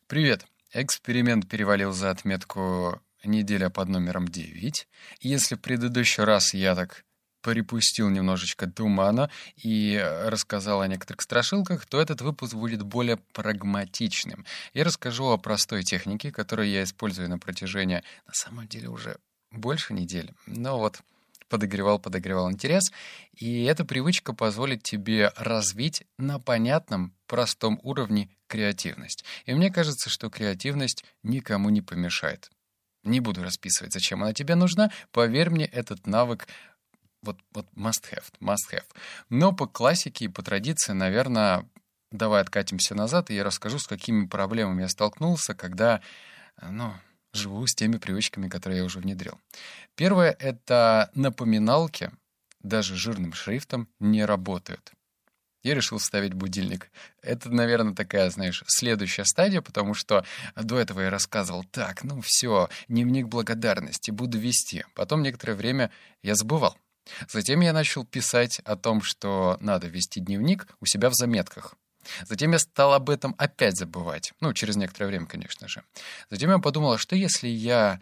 Привет. Эксперимент перевалил за отметку неделя под номером 9. И если в предыдущий раз я так припустил немножечко тумана и рассказал о некоторых страшилках, то этот выпуск будет более прагматичным. Я расскажу о простой технике, которую я использую на протяжении, на самом деле, уже больше недели. Но вот подогревал интерес, и эта привычка позволит тебе развить на понятном, простом уровне креативность. И мне кажется, что креативность никому не помешает. Не буду расписывать, зачем она тебе нужна. Поверь мне, этот навык вот must have. Но по классике и по традиции, наверное, давай откатимся назад, и я расскажу, с какими проблемами я столкнулся, когда, живу с теми привычками, которые я уже внедрил. Первое — это напоминалки, даже жирным шрифтом, не работают. Я решил вставить будильник. Это, наверное, такая, знаешь, следующая стадия, потому что до этого я рассказывал: так, все, дневник благодарности, буду вести. Потом некоторое время я забывал. Затем я начал писать о том, что надо вести дневник у себя в заметках. Затем я стал об этом опять забывать. Через некоторое время, конечно же. Затем я подумал, а что если я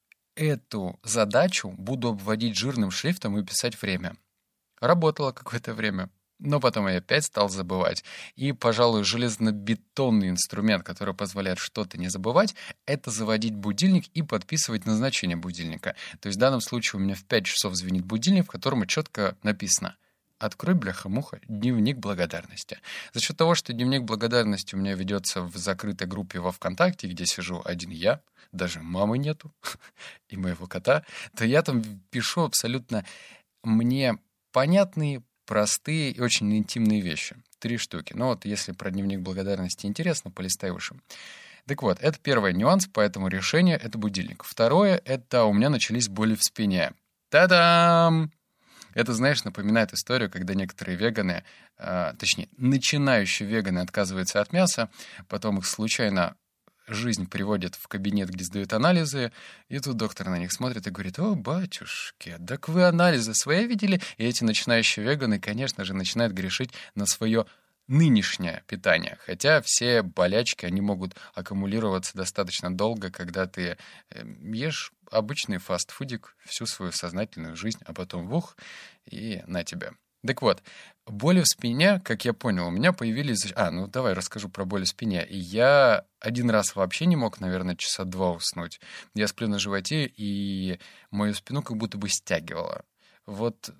эту задачу буду обводить жирным шрифтом и писать время? Работало какое-то время. Но потом я опять стал забывать. И, пожалуй, железнобетонный инструмент, который позволяет что-то не забывать, это заводить будильник и подписывать назначение будильника. То есть в данном случае у меня в 5 часов звенит будильник, в котором четко написано: открой, бляха-муха, дневник благодарности. За счет того, что дневник благодарности у меня ведется в закрытой группе во ВКонтакте, где сижу один я, даже мамы нету, и моего кота, то я там пишу абсолютно мне понятные, простые и очень интимные вещи. 3 штуки. Если про дневник благодарности интересно, полистай выше. Так вот, это первый нюанс, поэтому решение — это будильник. Второе — это у меня начались боли в спине. Та-дам! Это, знаешь, напоминает историю, когда некоторые веганы, начинающие веганы отказываются от мяса, потом их случайно жизнь приводит в кабинет, где сдают анализы, и тут доктор на них смотрит и говорит: о, батюшки, так вы анализы свои видели? И эти начинающие веганы, конечно же, начинают грешить на свое нынешнее питание. Хотя все болячки, они могут аккумулироваться достаточно долго, когда ты ешь обычный фастфудик всю свою сознательную жизнь, а потом и на тебя. Так вот, боли в спине, как я понял, у меня появились... давай расскажу про боли в спине. И я один раз вообще не мог, наверное, часа 2 уснуть. Я сплю на животе, и мою спину как будто бы стягивало. Вот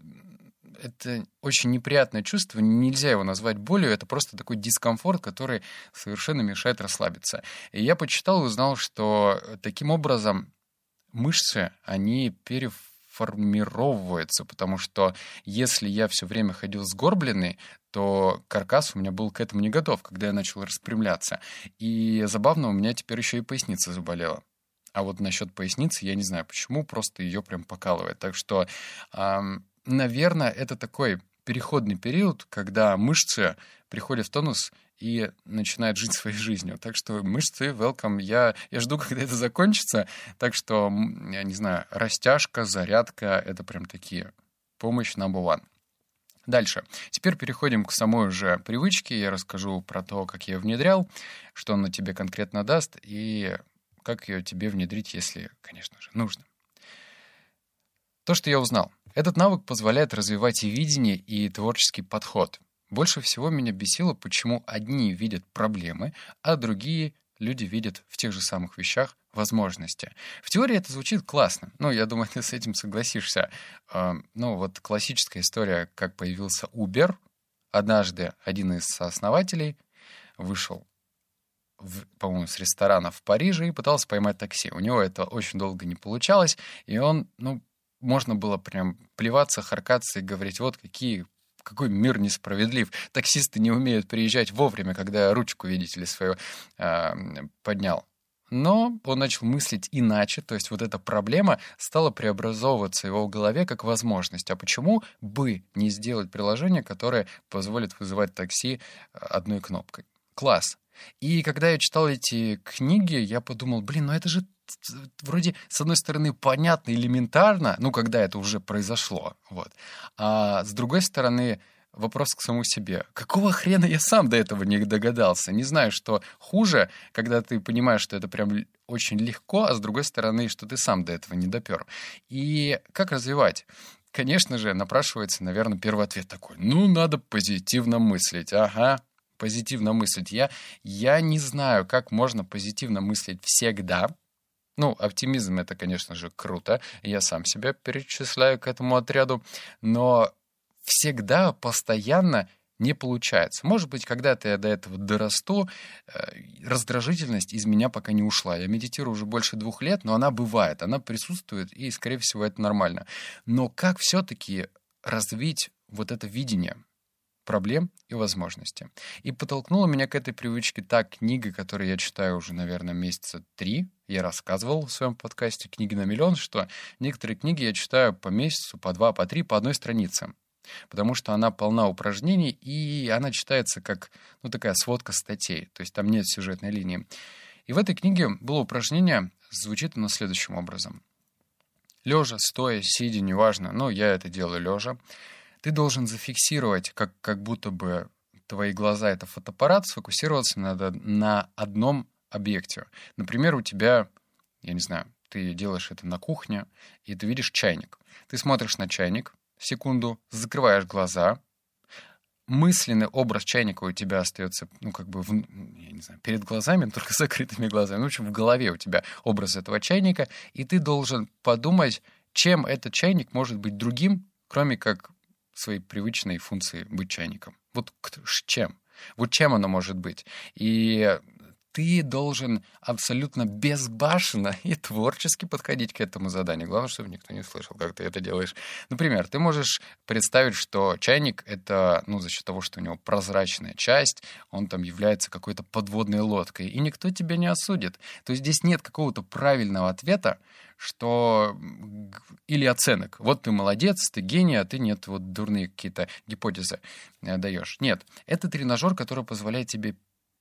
это очень неприятное чувство, нельзя его назвать болью, это просто такой дискомфорт, который совершенно мешает расслабиться. И я почитал и узнал, что таким образом мышцы, они переформировываются, потому что если я все время ходил сгорбленный, то каркас у меня был к этому не готов, когда я начал распрямляться. И забавно, у меня теперь еще и поясница заболела. А вот насчет поясницы я не знаю почему, просто ее прям покалывает. Так что, наверное, это такой переходный период, когда мышцы приходят в тонус и начинают жить своей жизнью. Так что мышцы, welcome. Я жду, когда это закончится. Так что, я не знаю, растяжка, зарядка — это прям такие помощь number one. Дальше. Теперь переходим к самой уже привычке. Я расскажу про то, как я ее внедрял, что она тебе конкретно даст и как ее тебе внедрить, если, конечно же, нужно. То, что я узнал. Этот навык позволяет развивать и видение, и творческий подход. Больше всего меня бесило, почему одни видят проблемы, а другие люди видят в тех же самых вещах возможности. В теории это звучит классно. Я думаю, ты с этим согласишься. Классическая история, как появился Uber. Однажды один из сооснователей вышел, по-моему, с ресторана в Париже и пытался поймать такси. У него это очень долго не получалось, и он, можно было прям плеваться, харкаться и говорить: вот какой мир несправедлив. Таксисты не умеют приезжать вовремя, когда я ручку, видите ли, свою поднял. Но он начал мыслить иначе, то есть вот эта проблема стала преобразовываться в его голове как возможность. А почему бы не сделать приложение, которое позволит вызывать такси одной кнопкой? Класс. И когда я читал эти книги, я подумал: это же вроде, с одной стороны, понятно, элементарно, когда это уже произошло. Вот. А с другой стороны, вопрос к самому себе. Какого хрена я сам до этого не догадался? Не знаю, что хуже, когда ты понимаешь, что это прям очень легко, а с другой стороны, что ты сам до этого не допер. И как развивать? Конечно же, напрашивается, наверное, первый ответ такой. Ну, надо позитивно мыслить. Ага, позитивно мыслить. Я не знаю, как можно позитивно мыслить всегда. Ну, оптимизм — это, конечно же, круто. Я сам себя перечисляю к этому отряду. Но всегда, постоянно не получается. Может быть, когда-то я до этого дорасту, раздражительность из меня пока не ушла. Я медитирую уже больше 2 лет, но она бывает, она присутствует, и, скорее всего, это нормально. Но как все-таки развить вот это видение проблем и возможностей? И подтолкнула меня к этой привычке та книга, которую я читаю уже, наверное, месяца 3. Я рассказывал в своем подкасте «Книги на миллион», что некоторые книги я читаю по месяцу, по 2, по 3, по одной странице. Потому что она полна упражнений, и она читается как, ну, такая сводка статей. То есть там нет сюжетной линии. И в этой книге было упражнение, звучит оно следующим образом. Лежа, стоя, сидя, неважно, но я это делаю лежа. Ты должен зафиксировать, как будто бы твои глаза — это фотоаппарат, сфокусироваться надо на одном объекте. Например, у тебя, я не знаю, ты делаешь это на кухне, и ты видишь чайник. Ты смотришь на чайник, секунду, закрываешь глаза, мысленный образ чайника у тебя остается, ну, как бы, я не знаю, перед глазами, только закрытыми глазами. Ну, в общем, в голове у тебя образ этого чайника, и ты должен подумать, чем этот чайник может быть другим, кроме как своей привычной функции быть чайником. Вот чем? Вот чем оно может быть? И ты должен абсолютно безбашенно и творчески подходить к этому заданию. Главное, чтобы никто не слышал, как ты это делаешь. Например, ты можешь представить, что чайник — это, ну, за счет того, что у него прозрачная часть, он там является какой-то подводной лодкой, и никто тебя не осудит. То есть здесь нет какого-то правильного ответа, что или оценок. Вот ты молодец, ты гений, а ты нет, вот дурные какие-то гипотезы даешь. Нет, это тренажер, который позволяет тебе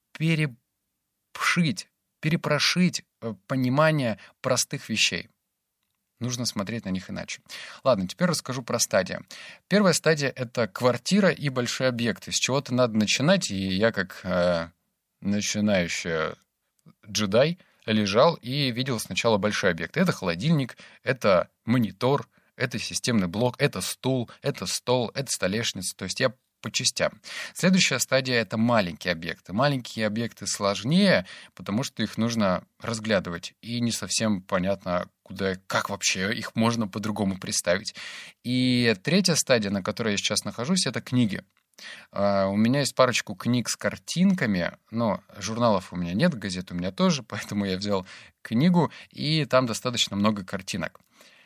перепрошить понимание простых вещей. Нужно смотреть на них иначе. Ладно, теперь расскажу про стадии. Первая стадия — это квартира и большие объекты. С чего-то надо начинать, и я как начинающий джедай лежал и видел сначала большой объект. Это холодильник, это монитор, это системный блок, это стул, это стол, это столешница. То есть я по частям. Следующая стадия — это маленькие объекты. Маленькие объекты сложнее, потому что их нужно разглядывать. И не совсем понятно, как вообще их можно по-другому представить. И третья стадия, на которой я сейчас нахожусь, это книги. У меня есть парочку книг с картинками, но журналов у меня нет, газет у меня тоже, поэтому я взял книгу, и там достаточно много картинок.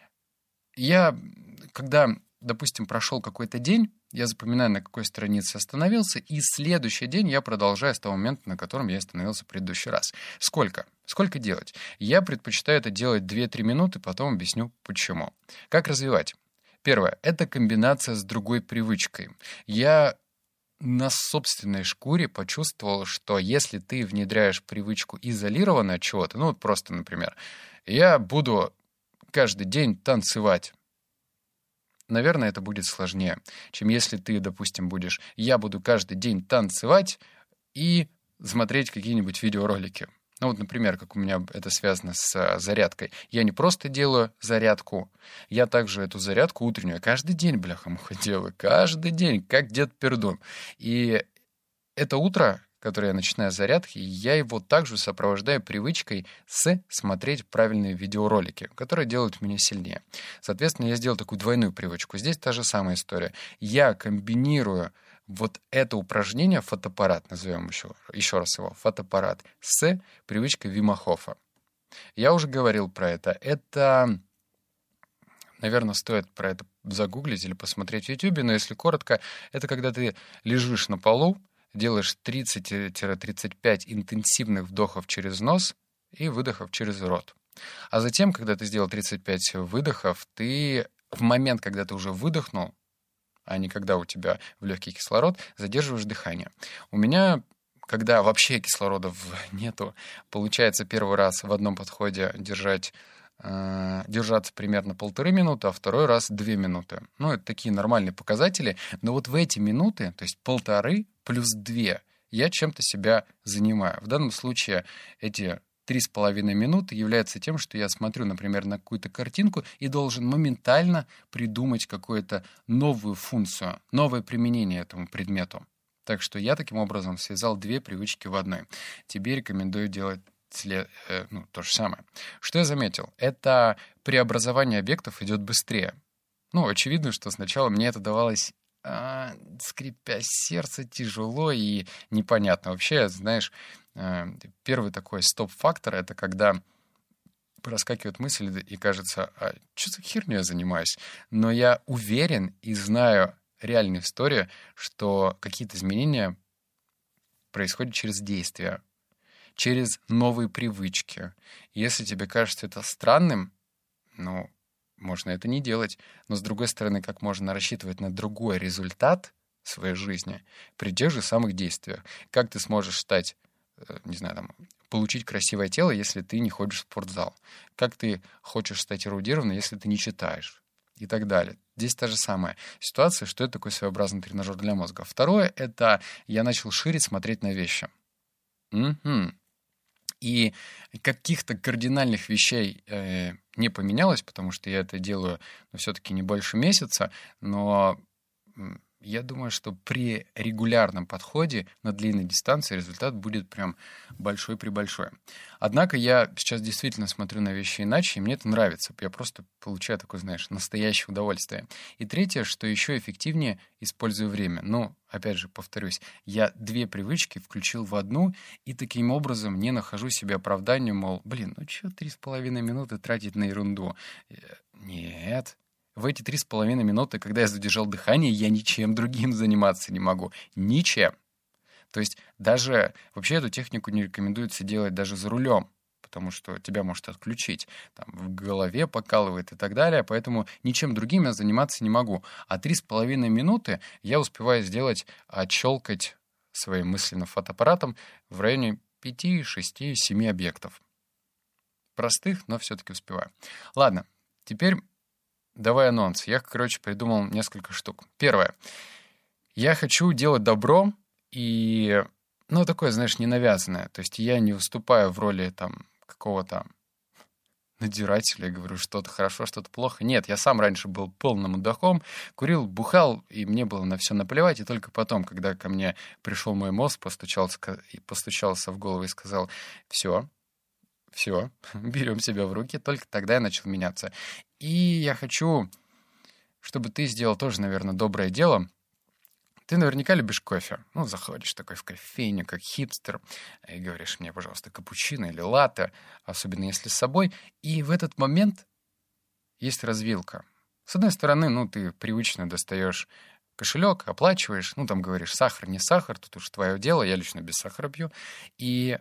Когда, допустим, прошел какой-то день, я запоминаю, на какой странице остановился, и следующий день я продолжаю с того момента, на котором я остановился в предыдущий раз. Сколько? Сколько делать? Я предпочитаю это делать 2-3 минуты, потом объясню, почему. Как развивать? Первое. Это комбинация с другой привычкой. Я на собственной шкуре почувствовал, что если ты внедряешь привычку изолированно от чего-то, ну вот просто, например, я буду каждый день танцевать. Наверное, это будет сложнее, чем если ты, допустим, я буду каждый день танцевать и смотреть какие-нибудь видеоролики. Ну вот, например, как у меня это связано с зарядкой. Я не просто делаю зарядку, я также эту зарядку утреннюю каждый день, бляха-муха, делаю. Каждый день, как дед Пердун. И это утро, которое я начинаю с зарядки, я его также сопровождаю привычкой смотреть правильные видеоролики, которые делают меня сильнее. Соответственно, я сделал такую двойную привычку. Здесь та же самая история. Я комбинирую вот это упражнение, фотоаппарат, назовем еще раз его, фотоаппарат, с привычкой Вима Хофа. Я уже говорил про это. Это, наверное, стоит про это загуглить или посмотреть в YouTube, но если коротко, это когда ты лежишь на полу, делаешь 30-35 интенсивных вдохов через нос и выдохов через рот. А затем, когда ты сделал 35 выдохов, ты в момент, когда ты уже выдохнул, а не когда у тебя в легкий кислород, задерживаешь дыхание. У меня, когда вообще кислорода нету, получается первый раз в одном подходе держать держаться примерно 1,5 минуты, а второй раз 2 минуты. Ну, это такие нормальные показатели. Но вот в эти минуты, то есть 1,5 плюс 2, я чем-то себя занимаю. В данном случае эти 3,5 минуты являются тем, что я смотрю, например, на какую-то картинку и должен моментально придумать какую-то новую функцию, новое применение этому предмету. Так что я таким образом связал две привычки в одной. Тебе рекомендую делать то же самое. Что я заметил? Это преобразование объектов идет быстрее. Ну, очевидно, что сначала мне это давалось, скрипя сердце, тяжело и непонятно. Вообще, знаешь, первый такой стоп-фактор — это когда проскакивает мысль и кажется, что за херню я занимаюсь? Но я уверен и знаю реальную историю, что какие-то изменения происходят через действия, через новые привычки. Если тебе кажется это странным, ну, можно это не делать. Но, с другой стороны, как можно рассчитывать на другой результат в своей жизни при тех же самых действиях? Как ты сможешь стать, не знаю, там, получить красивое тело, если ты не ходишь в спортзал? Как ты хочешь стать эрудированным, если ты не читаешь? И так далее. Здесь та же самая ситуация, что это такой своеобразный тренажер для мозга. Второе — это я начал шире смотреть на вещи. И каких-то кардинальных вещей не поменялось, потому что я это делаю, все-таки не больше месяца, но я думаю, что при регулярном подходе на длинной дистанции результат будет прям большой-пребольшой. Однако я сейчас действительно смотрю на вещи иначе, и мне это нравится. Я просто получаю такое, знаешь, настоящее удовольствие. И третье, что еще эффективнее, использую время. Ну, опять же, повторюсь, я две привычки включил в одну, и таким образом не нахожу себе оправдания, мол, ну что 3,5 минуты тратить на ерунду? Нет. В эти 3,5 минуты, когда я задержал дыхание, я ничем другим заниматься не могу. Ничем. То есть даже вообще эту технику не рекомендуется делать даже за рулем, потому что тебя может отключить, там, в голове покалывает и так далее, поэтому ничем другим я заниматься не могу. А 3,5 минуты я успеваю сделать, отщелкать своим мысленным фотоаппаратом в районе 5, 6, 7 объектов. Простых, но все-таки успеваю. Ладно, теперь давай анонс. Я, придумал несколько штук. Первое. Я хочу делать добро и, такое, знаешь, ненавязанное. То есть я не выступаю в роли там какого-то надзирателя и говорю, что-то хорошо, что-то плохо. Нет, я сам раньше был полным мудаком, курил, бухал, и мне было на все наплевать. И только потом, когда ко мне пришел мой мозг, постучался в голову и сказал, все, берем себя в руки, только тогда я начал меняться. И я хочу, чтобы ты сделал тоже, наверное, доброе дело. Ты наверняка любишь кофе. Заходишь такой в кофейню, как хипстер, и говоришь мне, пожалуйста, капучино или латте, особенно если с собой. И в этот момент есть развилка. С одной стороны, ты привычно достаешь кошелек, оплачиваешь, там говоришь, сахар, не сахар, тут уж твое дело, я лично без сахара пью. И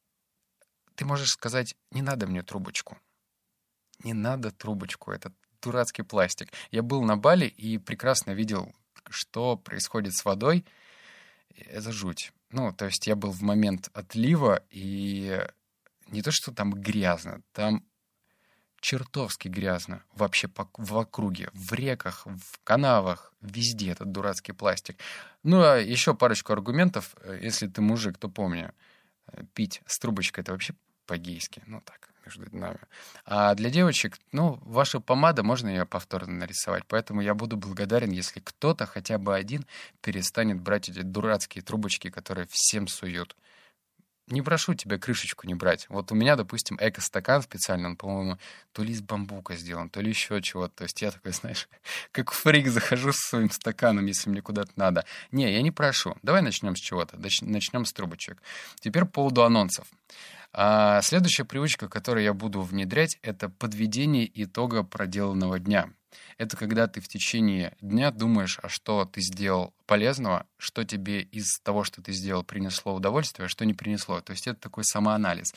ты можешь сказать, не надо мне трубочку. Не надо трубочку, это дурацкий пластик. Я был на Бали и прекрасно видел, что происходит с водой. Это жуть. То есть я был в момент отлива, и не то, что там грязно, там чертовски грязно вообще в округе, в реках, в канавах, везде этот дурацкий пластик. А еще парочку аргументов, если ты мужик, то помни, пить с трубочкой — это вообще по-гейски, так, между нами. А для девочек, ваша помада, можно ее повторно нарисовать, поэтому я буду благодарен, если кто-то, хотя бы один, перестанет брать эти дурацкие трубочки, которые всем суют. Не прошу тебя крышечку не брать. Вот у меня, допустим, эко-стакан специально, он, по-моему, то ли из бамбука сделан, то ли еще чего-то. То есть я такой, знаешь, как фрик захожу с своим стаканом, если мне куда-то надо. Не, я не прошу. Давай начнем с чего-то. Начнем с трубочек. Теперь по поводу анонсов. Следующая привычка, которую я буду внедрять, это подведение итога проделанного дня. Это когда ты в течение дня думаешь, а что ты сделал полезного, что тебе из того, что ты сделал, принесло удовольствие, а что не принесло. То есть это такой самоанализ.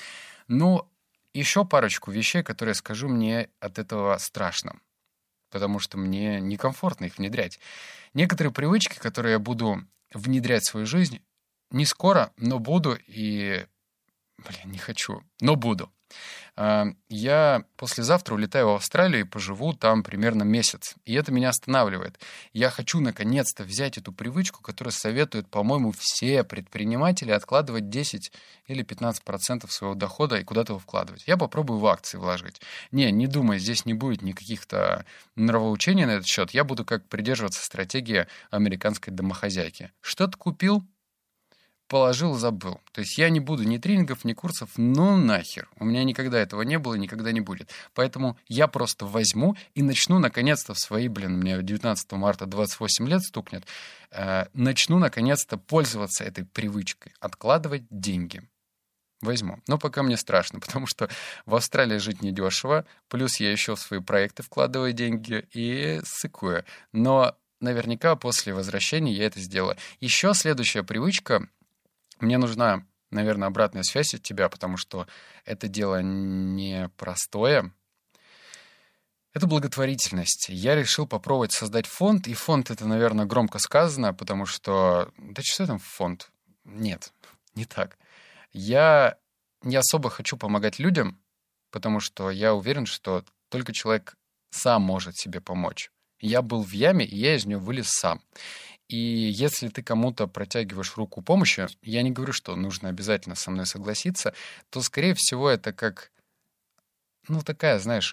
Еще парочку вещей, которые скажу, мне от этого страшно, потому что мне некомфортно их внедрять. Некоторые привычки, которые я буду внедрять в свою жизнь, не скоро, но буду, и Блин, не хочу, но буду. Я послезавтра улетаю в Австралию и поживу там примерно месяц. И это меня останавливает. Я хочу наконец-то взять эту привычку, которую советуют, по-моему, все предприниматели, откладывать 10 или 15% своего дохода и куда-то его вкладывать. Я попробую в акции вложить. Не думай, здесь не будет никаких-то нравоучений на этот счет. Я буду как придерживаться стратегии американской домохозяйки. Что-то купил, положил, забыл. То есть я не буду ни тренингов, ни курсов, ну нахер. У меня никогда этого не было и никогда не будет. Поэтому я просто возьму и начну наконец-то в свои, мне 19 марта 28 лет стукнет, начну наконец-то пользоваться этой привычкой, откладывать деньги. Возьму. Но пока мне страшно, потому что в Австралии жить недешево, плюс я еще в свои проекты вкладываю деньги и сыкую. Но наверняка после возвращения я это сделаю. Еще следующая привычка. Мне нужна, наверное, обратная связь от тебя, потому что это дело непростое. Это благотворительность. Я решил попробовать создать фонд, и фонд — это, наверное, громко сказано, потому что... Да что там фонд? Нет, не так. Я не особо хочу помогать людям, потому что я уверен, что только человек сам может себе помочь. Я был в яме, и я из нее вылез сам. И если ты кому-то протягиваешь руку помощи, я не говорю, что нужно обязательно со мной согласиться, то, скорее всего, это как, такая, знаешь,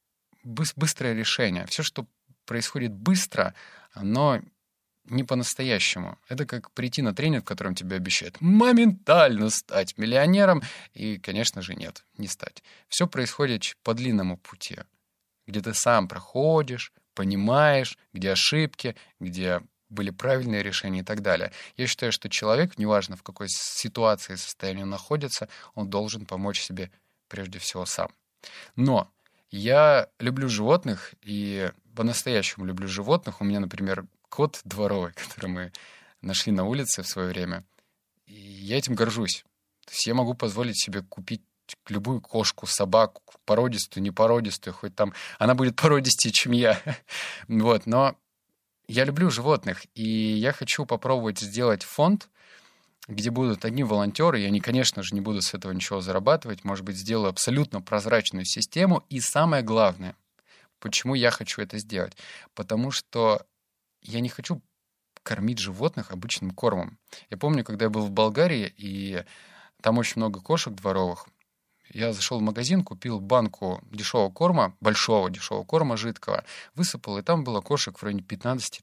быстрое решение. Все, что происходит быстро, оно не по-настоящему. Это как прийти на тренинг, в котором тебе обещают моментально стать миллионером, и, конечно же, нет, не стать. Все происходит по длинному пути, где ты сам проходишь, понимаешь, где ошибки, где были правильные решения и так далее. Я считаю, что человек, неважно в какой ситуации и состоянии он находится, он должен помочь себе прежде всего сам. Но я люблю животных, и по-настоящему люблю животных. У меня, например, кот дворовый, который мы нашли на улице в свое время. И я этим горжусь. То есть я могу позволить себе купить любую кошку, собаку, породистую, непородистую, хоть там она будет породистее, чем я. Вот, но я люблю животных, и я хочу попробовать сделать фонд, где будут одни волонтеры, и они, конечно же, не будут с этого ничего зарабатывать, может быть, сделаю абсолютно прозрачную систему, и самое главное, почему я хочу это сделать, потому что я не хочу кормить животных обычным кормом. Я помню, когда я был в Болгарии, и там очень много кошек дворовых, я зашел в магазин, купил банку дешевого корма, большого дешевого корма жидкого, высыпал, и там было кошек в районе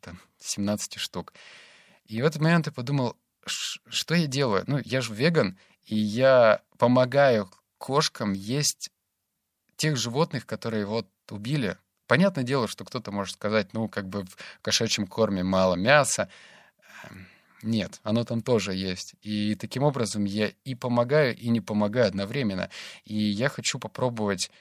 15-17 штук. И в этот момент я подумал, что я делаю? Я же веган, и я помогаю кошкам есть тех животных, которые убили. Понятное дело, что кто-то может сказать, в кошачьем корме мало мяса. Нет, оно там тоже есть. И таким образом я и помогаю, и не помогаю одновременно. И я хочу попробовать,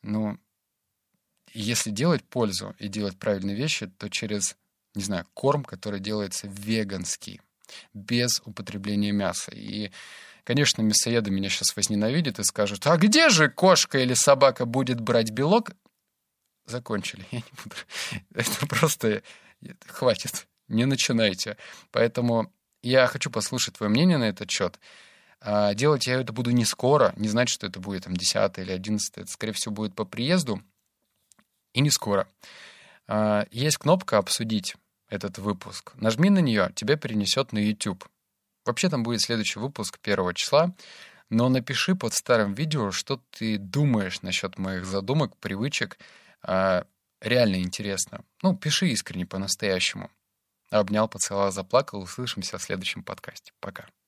если делать пользу и делать правильные вещи, то через, корм, который делается веганский, без употребления мяса. И, конечно, мясоеды меня сейчас возненавидят и скажут, а где же кошка или собака будет брать белок? Закончили. Я не буду. Это просто хватит. Не начинайте. Поэтому я хочу послушать твое мнение на этот счет. Делать я это буду не скоро. Не значит, что это будет 10 или 11. Это, скорее всего, будет по приезду. И не скоро. Есть кнопка «Обсудить» этот выпуск. Нажми на нее, тебя перенесет на YouTube. Вообще там будет следующий выпуск 1 числа. Но напиши под старым видео, что ты думаешь насчет моих задумок, привычек. Реально интересно. Пиши искренне, по-настоящему. Обнял, поцеловал, заплакал. Услышимся в следующем подкасте. Пока.